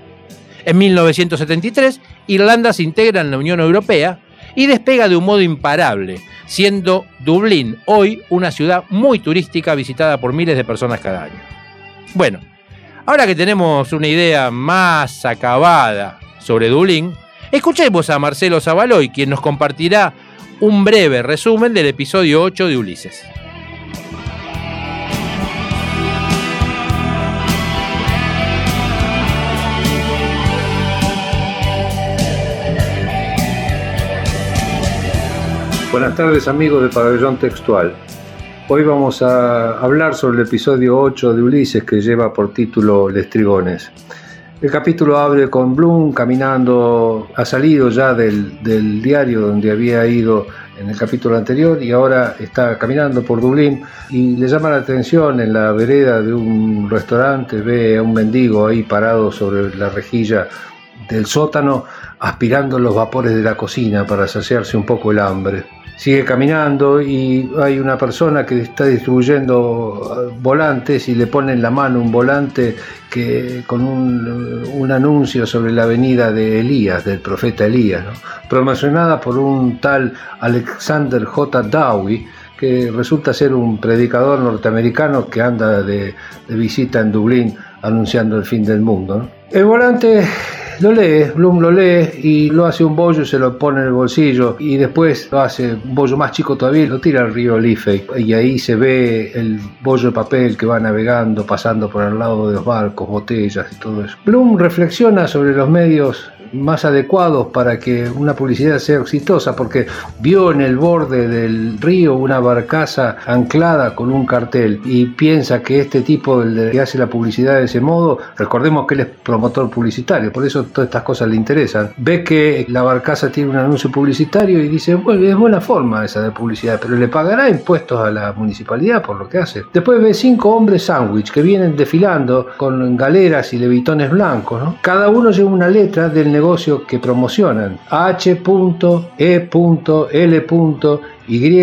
En mil novecientos setenta y tres, Irlanda se integra en la Unión Europea y despega de un modo imparable, siendo Dublín hoy una ciudad muy turística visitada por miles de personas cada año. Bueno, ahora que tenemos una idea más acabada sobre Dublín, escuchemos a Marcelo Zavaloy, quien nos compartirá un breve resumen del episodio ocho de Ulises. Buenas tardes, amigos de Pabellón Textual. Hoy vamos a hablar sobre el episodio ocho de Ulises, que lleva por título Lestrigones. El capítulo abre con Bloom caminando, ha salido ya del, del diario donde había ido en el capítulo anterior y ahora está caminando por Dublín y le llama la atención en la vereda de un restaurante, ve a un mendigo ahí parado sobre la rejilla del sótano aspirando los vapores de la cocina para saciarse un poco el hambre. Sigue caminando y hay una persona que está distribuyendo volantes y le pone en la mano un volante que, con un, un anuncio sobre la venida de Elías, del profeta Elías, ¿no? Promocionada por un tal Alexander J. Dowie, que resulta ser un predicador norteamericano que anda de, de visita en Dublín anunciando el fin del mundo, ¿no? El volante lo lee, Bloom lo lee y lo hace un bollo y se lo pone en el bolsillo y después lo hace un bollo más chico todavía y lo tira al río Liffey y ahí se ve el bollo de papel que va navegando, pasando por el lado de los barcos, botellas y todo eso. Bloom reflexiona sobre los medios más adecuados para que una publicidad sea exitosa, porque vio en el borde del río una barcaza anclada con un cartel y piensa que este tipo, el que hace la publicidad de ese modo, recordemos que él es promotor publicitario, por eso todas estas cosas le interesan, ve que la barcaza tiene un anuncio publicitario y dice, bueno, es buena forma esa de publicidad, pero le pagará impuestos a la municipalidad por lo que hace. Después ve cinco hombres sándwich que vienen desfilando con galeras y levitones blancos, ¿no? Cada uno lleva una letra del negocio que promocionan. H E L Y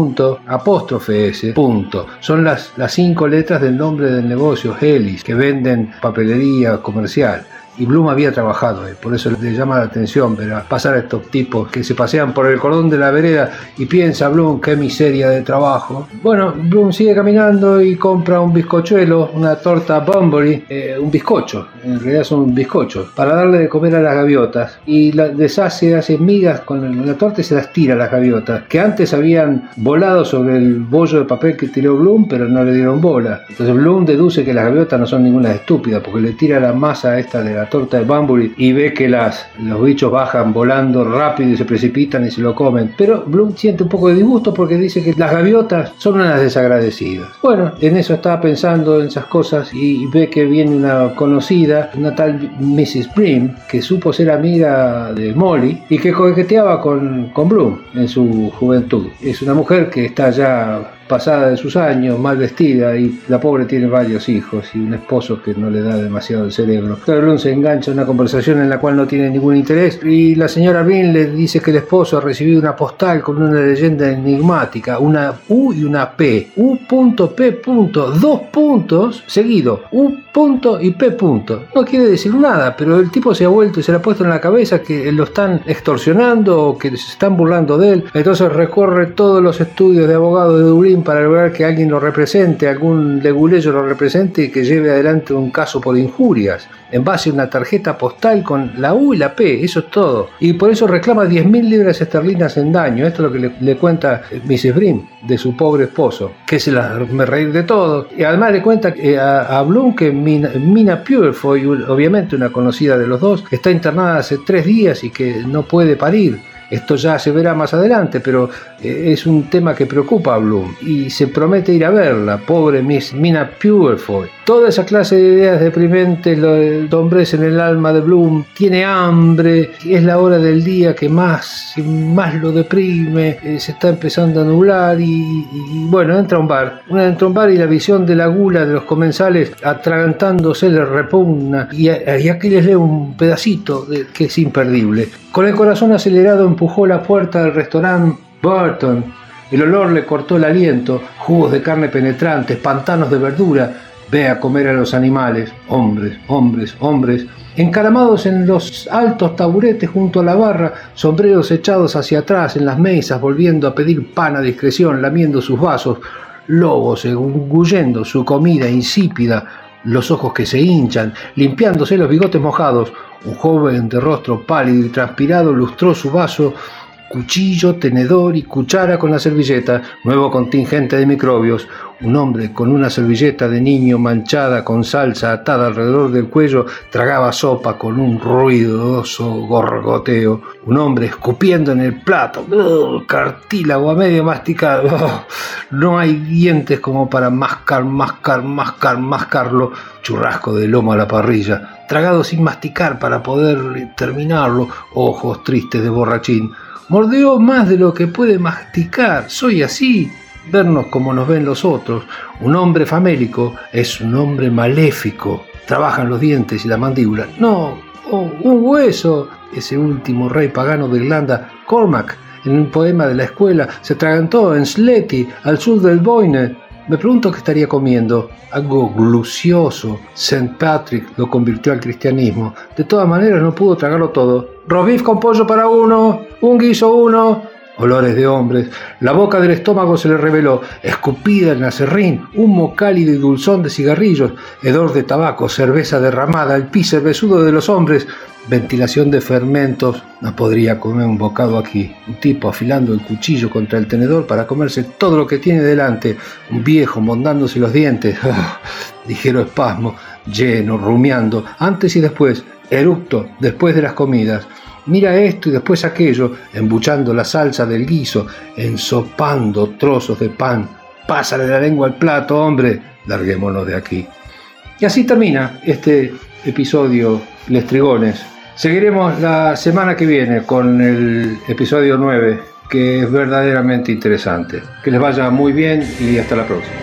apóstrofe S punto. Son las, las cinco letras del nombre del negocio, Helis, que venden papelería comercial. Y Bloom había trabajado ahí, por eso le llama la atención ver a pasar a estos tipos que se pasean por el cordón de la vereda y piensa Bloom, qué miseria de trabajo. Bueno, Bloom sigue caminando y compra un bizcochuelo, una torta Bunbury, eh, un bizcocho, en realidad son un bizcocho, para darle de comer a las gaviotas, y la deshace, hace migas con la torta y se las tira a las gaviotas, que antes habían volado sobre el bollo de papel que tiró Bloom, pero no le dieron bola. Entonces Bloom deduce que las gaviotas no son ninguna estúpida, porque le tira la masa esta de la torta de Bunbury y ve que las, los bichos bajan volando rápido y se precipitan y se lo comen. Pero Bloom siente un poco de disgusto porque dice que las gaviotas son unas desagradecidas. Bueno, en eso estaba pensando en esas cosas y ve que viene una conocida, una tal missus Brim, que supo ser amiga de Molly y que coqueteaba con, con Bloom en su juventud. Es una mujer que está ya pasada de sus años, mal vestida, y la pobre tiene varios hijos y un esposo que no le da demasiado el cerebro. Pero Bloom se engancha en una conversación en la cual no tiene ningún interés y la señora Brin le dice que el esposo ha recibido una postal con una leyenda enigmática, una U y una P. U P. Dos puntos seguido. U y P. No quiere decir nada, pero el tipo se ha vuelto y se le ha puesto en la cabeza que lo están extorsionando o que se están burlando de él. Entonces recorre todos los estudios de abogado de Dublín para lograr que alguien lo represente, algún leguleyo lo represente y que lleve adelante un caso por injurias en base a una tarjeta postal con la U y la P, eso es todo. Y por eso reclama diez mil libras esterlinas en daño. Esto es lo que le, le cuenta missus Brim de su pobre esposo, que se la me reír de todo. Y además le cuenta a, a Bloom que Mina, Mina Purefoy, obviamente una conocida de los dos, está internada hace tres días y que no puede parir. Esto ya se verá más adelante, pero es un tema que preocupa a Bloom y se promete ir a verla, pobre Miss Mina Purefoy. Toda esa clase de ideas deprimentes lo hombres en el alma de Bloom. Tiene hambre, es la hora del día que más, más lo deprime, eh, se está empezando a nublar y, y, y bueno, entra a un bar. Entra a un bar y la visión de la gula de los comensales atragantándose le repugna y, y aquí les leo un pedacito de, que es imperdible. Con el corazón acelerado empujó la puerta del restaurante Burton. El olor le cortó el aliento, jugos de carne penetrantes, pantanos de verdura. Ve a comer a los animales, hombres, hombres, hombres, encaramados en los altos taburetes junto a la barra, sombreros echados hacia atrás en las mesas, volviendo a pedir pan a discreción, lamiendo sus vasos, lobos engullendo su comida insípida, los ojos que se hinchan, limpiándose los bigotes mojados. Un joven de rostro pálido y transpirado lustró su vaso, cuchillo, tenedor y cuchara con la servilleta. Nuevo contingente de microbios. Un hombre con una servilleta de niño manchada con salsa atada alrededor del cuello tragaba sopa con un ruidoso gorgoteo. Un hombre escupiendo en el plato, ¡oh! Cartílago a medio masticado. ¡Oh! No hay dientes como para mascar, mascar, mascar, mascarlo. Churrasco de lomo a la parrilla, tragado sin masticar para poder terminarlo. Ojos tristes de borrachín. Mordió más de lo que puede masticar. Soy así. Vernos como nos ven los otros. Un hombre famélico es un hombre maléfico. Trabajan los dientes y la mandíbula. No, oh, un hueso. Ese último rey pagano de Irlanda, Cormac, en un poema de la escuela, se atragantó en Sletty, al sur del Boyne. Me pregunto qué estaría comiendo. Algo glucioso. Saint Patrick lo convirtió al cristianismo. De todas maneras no pudo tragarlo todo. Roast beef con pollo para uno. Un guiso uno. Olores de hombres. La boca del estómago se le reveló. Escupida en acerrín. Humo cálido y dulzón de cigarrillos. Hedor de tabaco. Cerveza derramada. El pis cervezudo de los hombres. Ventilación de fermentos. No podría comer un bocado aquí. Un tipo afilando el cuchillo contra el tenedor para comerse todo lo que tiene delante. Un viejo mondándose los dientes. Oh, ligero espasmo. Lleno, rumiando. Antes y después. Eructo. Después de las comidas. Mira esto y después aquello. Embuchando la salsa del guiso. Ensopando trozos de pan. Pásale la lengua al plato, hombre. Larguémonos de aquí. Y así termina este episodio Les Trigones. Seguiremos la semana que viene con el episodio nueve, que es verdaderamente interesante. Que les vaya muy bien y hasta la próxima.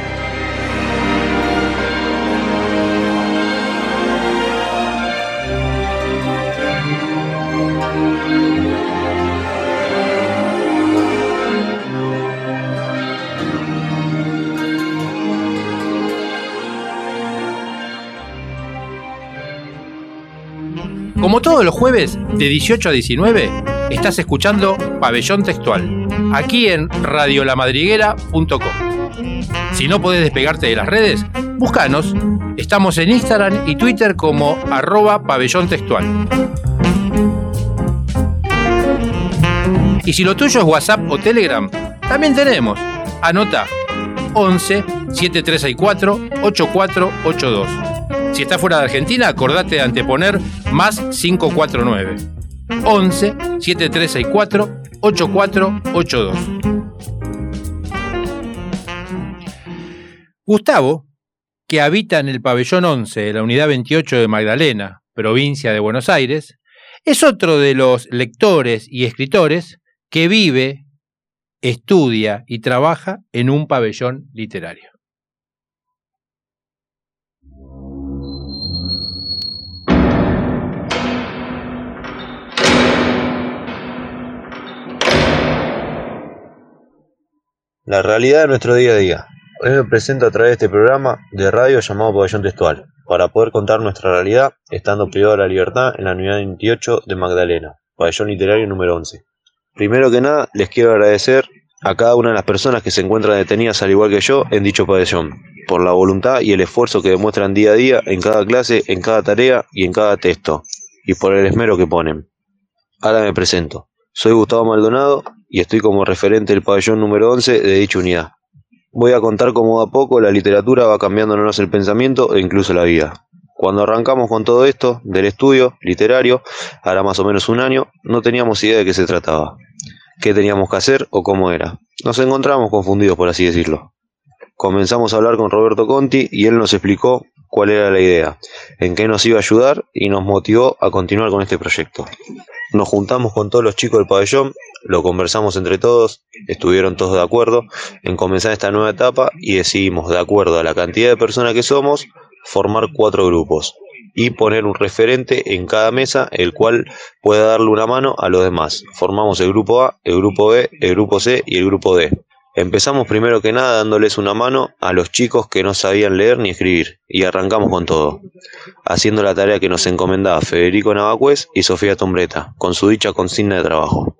Como todos los jueves, de dieciocho a diecinueve, estás escuchando Pabellón Textual, aquí en radio la madriguera punto com. Si no podés despegarte de las redes, búscanos. Estamos en Instagram y Twitter como arroba pabellón textual. Y si lo tuyo es WhatsApp o Telegram, también tenemos. Anota once siete tres seis cuatro ocho cuatro ocho dos. Si estás fuera de Argentina, acordate de anteponer más cinco cuatro nueve. once siete tres seis cuatro ocho cuatro ocho dos. Gustavo, que habita en el pabellón once de la unidad veintiocho de Magdalena, provincia de Buenos Aires, es otro de los lectores y escritores que vive, estudia y trabaja en un pabellón literario. La realidad de nuestro día a día. Hoy me presento a través de este programa de radio llamado Pabellón Textual, para poder contar nuestra realidad estando privado de la libertad en la unidad veintiocho de Magdalena, pabellón literario número once. Primero que nada, les quiero agradecer a cada una de las personas que se encuentran detenidas al igual que yo en dicho pabellón, por la voluntad y el esfuerzo que demuestran día a día en cada clase, en cada tarea y en cada texto, y por el esmero que ponen. Ahora me presento. Soy Gustavo Maldonado y estoy como referente del pabellón número once de dicha unidad. Voy a contar cómo a poco la literatura va cambiándonos el pensamiento e incluso la vida. Cuando arrancamos con todo esto del estudio literario, hará más o menos un año, no teníamos idea de qué se trataba, qué teníamos que hacer o cómo era. Nos encontramos confundidos, por así decirlo. Comenzamos a hablar con Roberto Conti y él nos explicó cuál era la idea, en qué nos iba a ayudar y nos motivó a continuar con este proyecto. Nos juntamos con todos los chicos del pabellón, lo conversamos entre todos, estuvieron todos de acuerdo en comenzar esta nueva etapa y decidimos, de acuerdo a la cantidad de personas que somos, formar cuatro grupos y poner un referente en cada mesa, el cual pueda darle una mano a los demás. Formamos el grupo A, el grupo B, el grupo C y el grupo D. Empezamos primero que nada dándoles una mano a los chicos que no sabían leer ni escribir, y arrancamos con todo, haciendo la tarea que nos encomendaba Federico Navacués y Sofía Tombreta, con su dicha consigna de trabajo.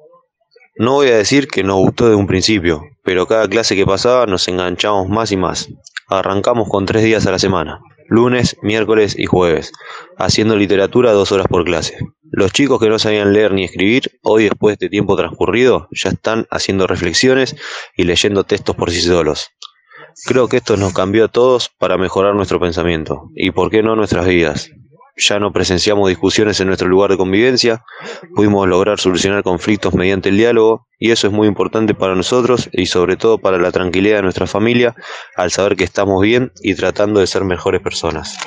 No voy a decir que nos gustó de un principio, pero cada clase que pasaba nos enganchamos más y más. Arrancamos con tres días a la semana, lunes, miércoles y jueves, haciendo literatura dos horas por clase. Los chicos que no sabían leer ni escribir, hoy después de tiempo transcurrido, ya están haciendo reflexiones y leyendo textos por sí solos. Creo que esto nos cambió a todos para mejorar nuestro pensamiento, y por qué no nuestras vidas. Ya no presenciamos discusiones en nuestro lugar de convivencia, pudimos lograr solucionar conflictos mediante el diálogo, y eso es muy importante para nosotros y sobre todo para la tranquilidad de nuestra familia, al saber que estamos bien y tratando de ser mejores personas.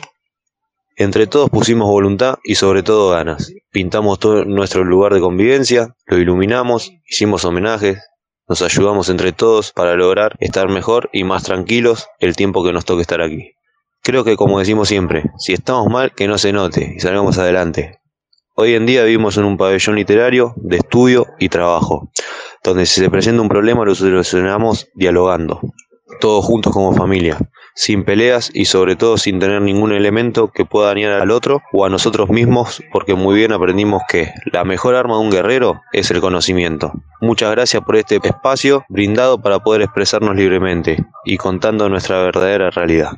Entre todos pusimos voluntad y sobre todo ganas. Pintamos todo nuestro lugar de convivencia, lo iluminamos, hicimos homenajes, nos ayudamos entre todos para lograr estar mejor y más tranquilos el tiempo que nos toque estar aquí. Creo que, como decimos siempre, si estamos mal, que no se note y salgamos adelante. Hoy en día vivimos en un pabellón literario de estudio y trabajo, donde si se presenta un problema lo solucionamos dialogando, todos juntos como familia, sin peleas y sobre todo sin tener ningún elemento que pueda dañar al otro o a nosotros mismos, porque muy bien aprendimos que la mejor arma de un guerrero es el conocimiento. Muchas gracias por este espacio brindado para poder expresarnos libremente y contando nuestra verdadera realidad.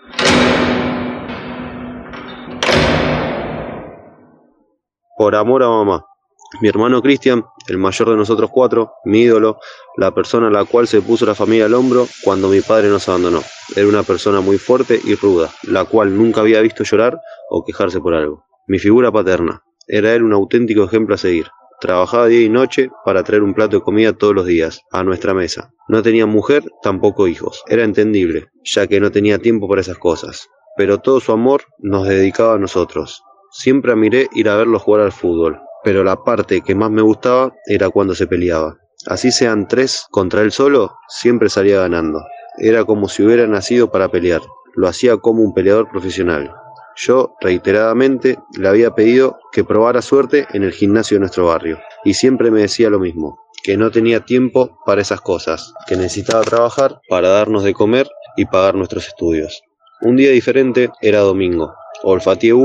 Por amor a mamá. Mi hermano Cristian, el mayor de nosotros cuatro, mi ídolo, la persona a la cual se puso la familia al hombro cuando mi padre nos abandonó. Era una persona muy fuerte y ruda, la cual nunca había visto llorar o quejarse por algo. Mi figura paterna. Era él un auténtico ejemplo a seguir. Trabajaba día y noche para traer un plato de comida todos los días, a nuestra mesa. No tenía mujer, tampoco hijos. Era entendible, ya que no tenía tiempo para esas cosas. Pero todo su amor nos dedicaba a nosotros. Siempre admiré ir a verlo jugar al fútbol, pero la parte que más me gustaba era cuando se peleaba. Así sean tres contra él solo, siempre salía ganando. Era como si hubiera nacido para pelear. Lo hacía como un peleador profesional. Yo, reiteradamente, le había pedido que probara suerte en el gimnasio de nuestro barrio. Y siempre me decía lo mismo, que no tenía tiempo para esas cosas, que necesitaba trabajar para darnos de comer y pagar nuestros estudios. Un día diferente era domingo. Olfateé humo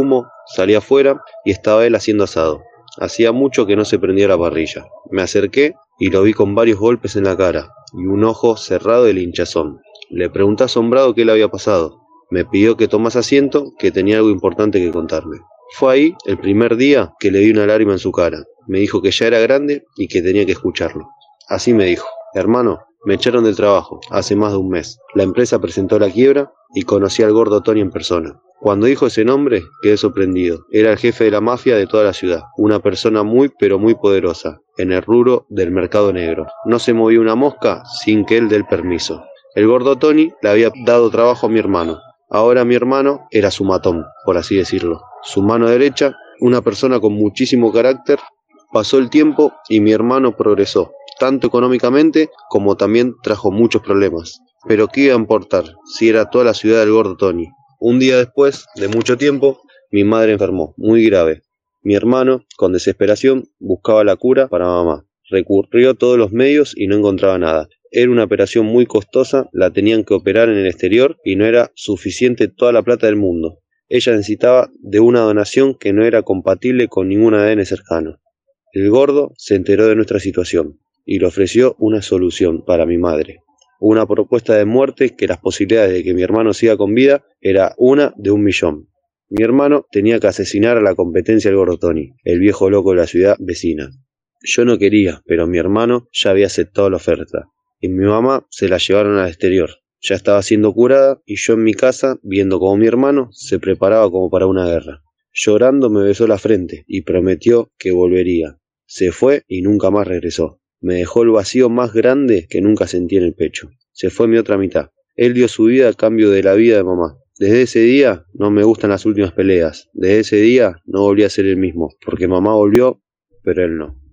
Salí afuera y estaba él haciendo asado. Hacía mucho que no se prendía la parrilla. Me acerqué y lo vi con varios golpes en la cara y un ojo cerrado del hinchazón. Le pregunté asombrado qué le había pasado. Me pidió que tomase asiento, que tenía algo importante que contarme. Fue ahí el primer día que le di una lágrima en su cara. Me dijo que ya era grande y que tenía que escucharlo. Así me dijo: hermano, me echaron del trabajo hace más de un mes. La empresa presentó la quiebra y conocí al gordo Tony en persona. Cuando dijo ese nombre, quedé sorprendido. Era el jefe de la mafia de toda la ciudad. Una persona muy pero muy poderosa en el rubro del mercado negro. No se movía una mosca sin que él dé el permiso. El gordo Tony le había dado trabajo a mi hermano. Ahora mi hermano era su matón, por así decirlo. Su mano derecha, una persona con muchísimo carácter. Pasó el tiempo y mi hermano progresó, tanto económicamente como también trajo muchos problemas. Pero ¿qué iba a importar si era toda la ciudad del gordo Tony? Un día después de mucho tiempo, mi madre enfermó, muy grave. Mi hermano, con desesperación, buscaba la cura para mamá. Recurrió a todos los medios y no encontraba nada. Era una operación muy costosa, la tenían que operar en el exterior y no era suficiente toda la plata del mundo. Ella necesitaba de una donación que no era compatible con ningún A D N cercano. El gordo se enteró de nuestra situación y le ofreció una solución para mi madre. Una propuesta de muerte que las posibilidades de que mi hermano siga con vida era una de un millón. Mi hermano tenía que asesinar a la competencia del gordo Tony, el viejo loco de la ciudad vecina. Yo no quería, pero mi hermano ya había aceptado la oferta. Y mi mamá se la llevaron al exterior. Ya estaba siendo curada y yo en mi casa viendo cómo mi hermano se preparaba como para una guerra. Llorando me besó la frente y prometió que volvería. Se fue y nunca más regresó. Me dejó el vacío más grande que nunca sentí en el pecho. Se fue mi otra mitad. Él dio su vida a cambio de la vida de mamá. Desde ese día no me gustan las últimas peleas. Desde ese día no volví a ser el mismo, porque mamá volvió, pero él no.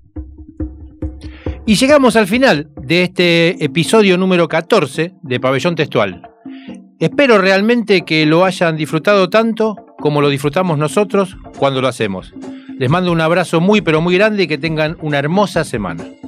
Y llegamos al final de este episodio número catorce de Pabellón Textual. Espero realmente que lo hayan disfrutado tanto como lo disfrutamos nosotros cuando lo hacemos. Les mando un abrazo muy pero muy grande y que tengan una hermosa semana.